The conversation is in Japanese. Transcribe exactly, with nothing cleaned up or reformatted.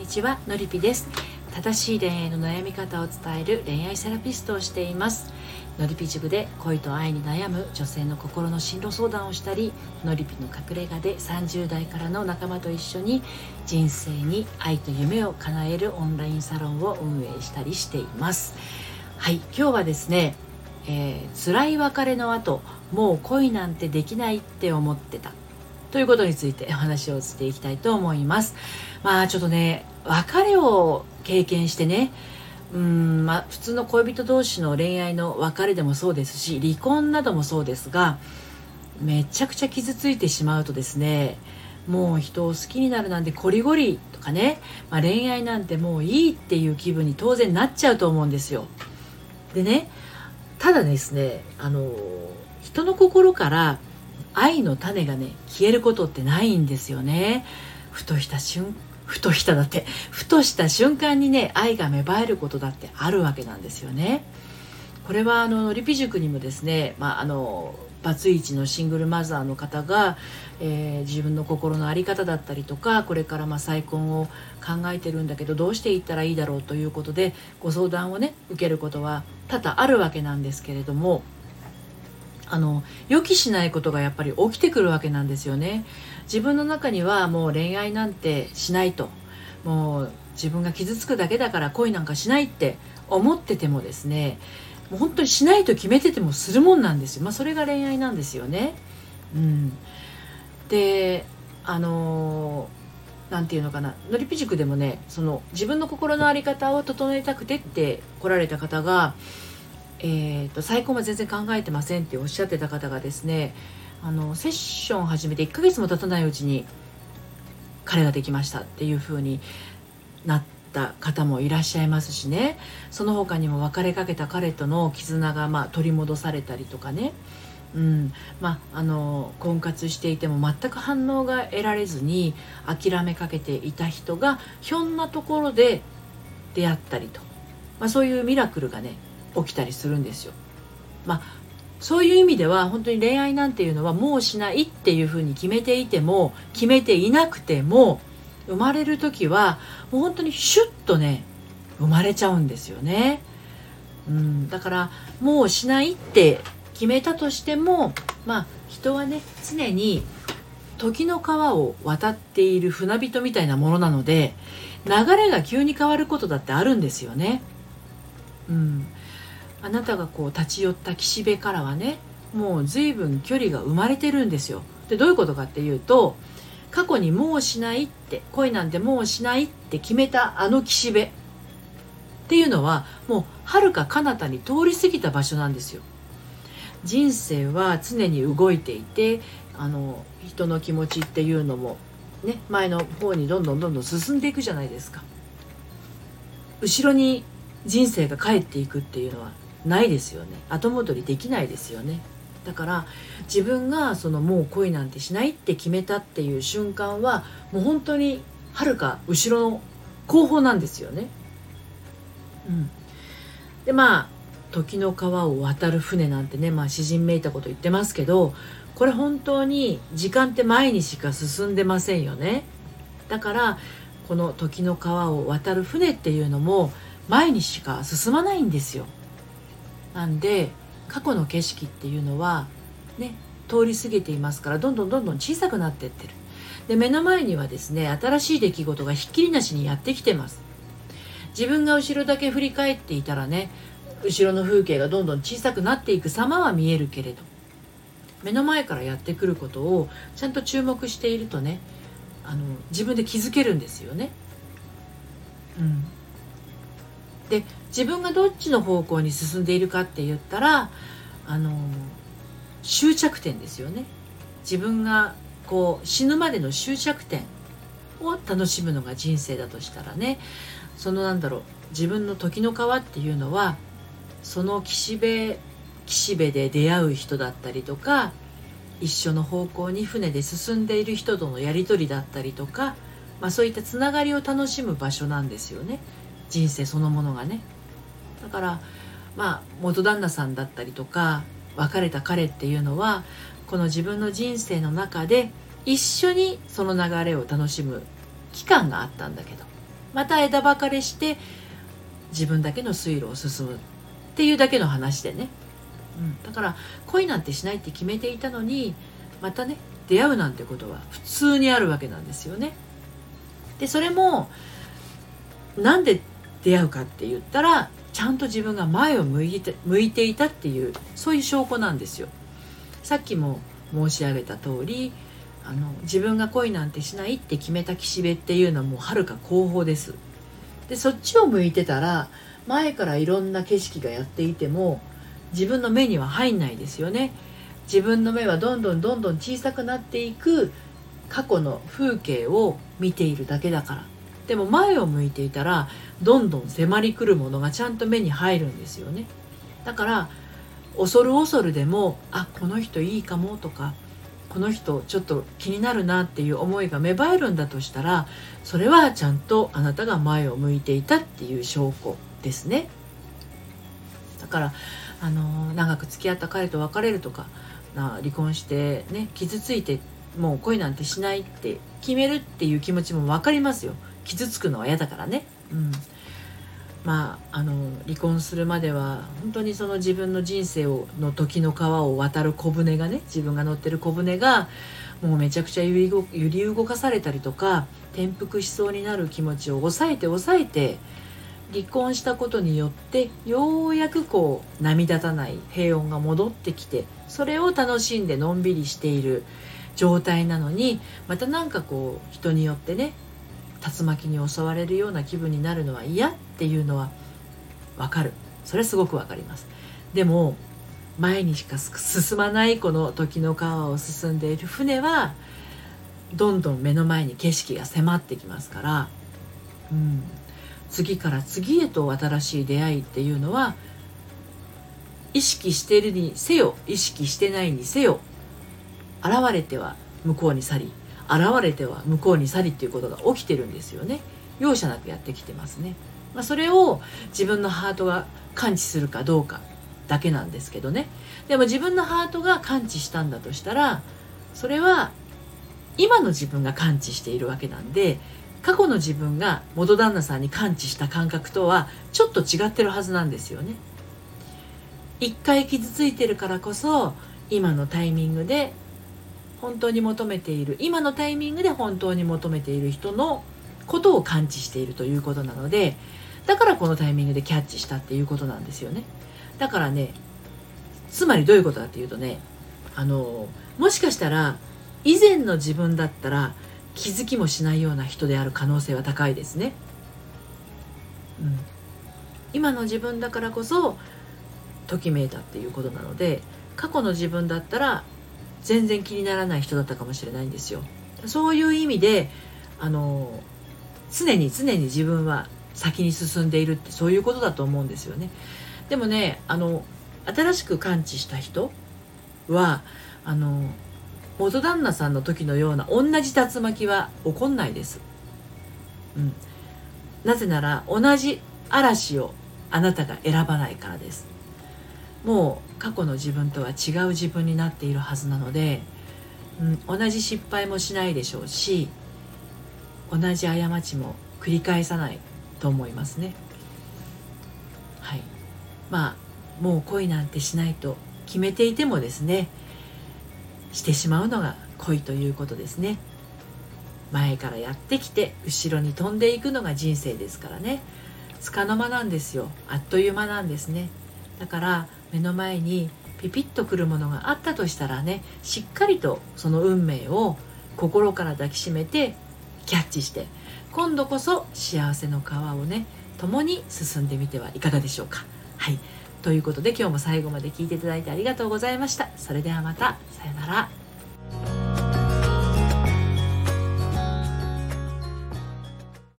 にちは、のりぴです。正しい恋愛の悩み方を伝える恋愛セラピストをしています。のりぴ塾で恋と愛に悩む女性の心の進路相談をしたり、のりぴの隠れ家でさんじゅう代からの仲間と一緒に人生に愛と夢を叶えるオンラインサロンを運営したりしています。はい、今日はですね、えー、辛い別れの後、もう恋なんてできないって思ってたということについてお話をしていきたいと思います。まあちょっとね、別れを経験してね、うーんまあ普通の恋人同士の恋愛の別れでもそうですし、離婚などもそうですが、めちゃくちゃ傷ついてしまうとですね、もう人を好きになるなんてこりごりとかね、まあ、恋愛なんてもういいっていう気分に当然なっちゃうと思うんですよ。でね、ただですね、あの人の心から愛の種がね消えることってないんですよね。ふとした瞬ふとしただってふとした瞬間にね、愛が芽生えることだってあるわけなんですよね。これはあののりぴ塾にもですね、まあ、あのバツイチのシングルマザーの方が、えー、自分の心の在り方だったりとか、これからまあ再婚を考えてるんだけどどうしていったらいいだろうということでご相談をね受けることは多々あるわけなんですけれども、あの予期しないことがやっぱり起きてくるわけなんですよね。自分の中にはもう恋愛なんてしないと、もう自分が傷つくだけだから恋なんかしないって思っててもですね、もう本当にしないと決めててもするもんなんですよ。まあそれが恋愛なんですよね。うん、であのなんていうのかな、のりぴ塾でもね、その自分の心の在り方を整えたくてって来られた方が、えー、と再婚は全然考えてませんっておっしゃってた方がですね、あのセッションを始めていっかげつも経たないうちに彼ができましたっていう風になった方もいらっしゃいますしね。その他にも別れかけた彼との絆がまあ取り戻されたりとかね、うんまあ、あの婚活していても全く反応が得られずに諦めかけていた人がひょんなところで出会ったりと、まあ、そういうミラクルがね起きたりするんですよ。まあそういう意味では本当に恋愛なんていうのはもうしないっていうふうに決めていても決めていなくても、生まれる時はもう本当にシュッとね生まれちゃうんですよね。うん、だからもうしないって決めたとしても、まあ人はね常に時の川を渡っている船人みたいなものなので、流れが急に変わることだってあるんですよね。うん、あなたがこう立ち寄った岸辺からはね、もう随分距離が生まれてるんですよ。でどういうことかっていうと、過去にもうしないって、恋なんてもうしないって決めたあの岸辺っていうのはもう遥か彼方に通り過ぎた場所なんですよ。人生は常に動いていて、あの人の気持ちっていうのもね、前の方にどんどんどんどん進んでいくじゃないですか。後ろに人生が帰っていくっていうのはないですよね。後戻りできないですよね。だから自分がそのもう恋なんてしないって決めたっていう瞬間はもう本当に遥か後ろの後方なんですよね。うん、でまあ時の川を渡る船なんてね、まあ詩人めいたこと言ってますけど、これ本当に時間って前にしか進んでませんよね。だからこの時の川を渡る船っていうのも前にしか進まないんですよ。なんで過去の景色っていうのはね通り過ぎていますから、どんどんどんどん小さくなっていってる。で目の前にはですね新しい出来事がひっきりなしにやってきてます。自分が後ろだけ振り返っていたらね、後ろの風景がどんどん小さくなっていく様は見えるけれど、目の前からやってくることをちゃんと注目しているとね、あの自分で気づけるんですよね。うんで自分がどっちの方向に進んでいるかって言ったら、あの終着点ですよね。自分がこう死ぬまでの終着点を楽しむのが人生だとしたらね、そのなんだろう、自分の時の川っていうのはその岸辺岸辺で出会う人だったりとか、一緒の方向に船で進んでいる人とのやり取りだったりとか、まあ、そういったつながりを楽しむ場所なんですよね、人生そのものがね。だからまあ元旦那さんだったりとか別れた彼っていうのは、この自分の人生の中で一緒にその流れを楽しむ期間があったんだけど、 また枝分かれして自分だけの水路を進むっていうだけの話でね、うん、だから恋なんてしないって決めていたのにまたね出会うなんてことは普通にあるわけなんですよね。でそれもなんで出会うかって言ったらちゃんと自分が前を向いて、向いていたっていうそういう証拠なんですよ。さっきも申し上げた通りあの自分が恋なんてしないって決めた岸辺っていうのはもう遥か後方です。でそっちを向いてたら前からいろんな景色がやっていても自分の目には入んないですよね。自分の目はどんどんどんどん小さくなっていく過去の風景を見ているだけだから。でも前を向いていたらどんどん迫り来るものがちゃんと目に入るんですよね。だから恐る恐るでもあこの人いいかもとかこの人ちょっと気になるなっていう思いが芽生えるんだとしたらそれはちゃんとあなたが前を向いていたっていう証拠ですね。だからあの長く付き合った彼と別れるとかな離婚してね傷ついてもう恋なんてしないって決めるっていう気持ちも分かりますよ。傷つくのは嫌だからね、うん、まああの離婚するまでは本当にその自分の人生をの時の川を渡る小舟がね自分が乗ってる小舟がもうめちゃくちゃ揺り動揺り動かされたりとか転覆しそうになる気持ちを抑えて抑えて離婚したことによってようやくこう波立たない平穏が戻ってきてそれを楽しんでのんびりしている状態なのにまたなんかこう人によってね竜巻に襲われるような気分になるのは嫌っていうのは分かる。それはすごく分かります。でも前にしか進まないこの時の川を進んでいる船はどんどん目の前に景色が迫ってきますから、うん、次から次へと新しい出会いっていうのは意識しているにせよ意識してないにせよ現れては向こうに去り現れては向こうに去りっていうことが起きてるんですよね。容赦なくやってきてますね。まあ、それを自分のハートが感知するかどうかだけなんですけどね。でも自分のハートが感知したんだとしたらそれは今の自分が感知しているわけなんで過去の自分が元旦那さんに感知した感覚とはちょっと違ってるはずなんですよね。一回傷ついてるからこそ今のタイミングで本当に求めている今のタイミングで本当に求めている人のことを感知しているということなのでだからこのタイミングでキャッチしたっていうことなんですよね。だからねつまりどういうことかっていうとねあのもしかしたら以前の自分だったら気づきもしないような人である可能性は高いですね、うん、今の自分だからこそときめいたっていうことなので過去の自分だったら全然気にならない人だったかもしれないんですよ。そういう意味であの常に常に自分は先に進んでいるってそういうことだと思うんですよね。でもねあの新しく感知した人はあの元旦那さんの時のような同じ竜巻は起こんないです、うん、なぜなら同じ嵐をあなたが選ばないからです。もう過去の自分とは違う自分になっているはずなので、うん、同じ失敗もしないでしょうし同じ過ちも繰り返さないと思いますね。はい、まあもう恋なんてしないと決めていてもですねしてしまうのが恋ということですね。前からやってきて後ろに飛んでいくのが人生ですからね。束の間なんですよ。あっという間なんですね。だから目の前にピピッとくるものがあったとしたらねしっかりとその運命を心から抱きしめてキャッチして今度こそ幸せの川をね共に進んでみてはいかがでしょうか。はい、ということで今日も最後まで聞いていただいてありがとうございました。それではまたさよなら。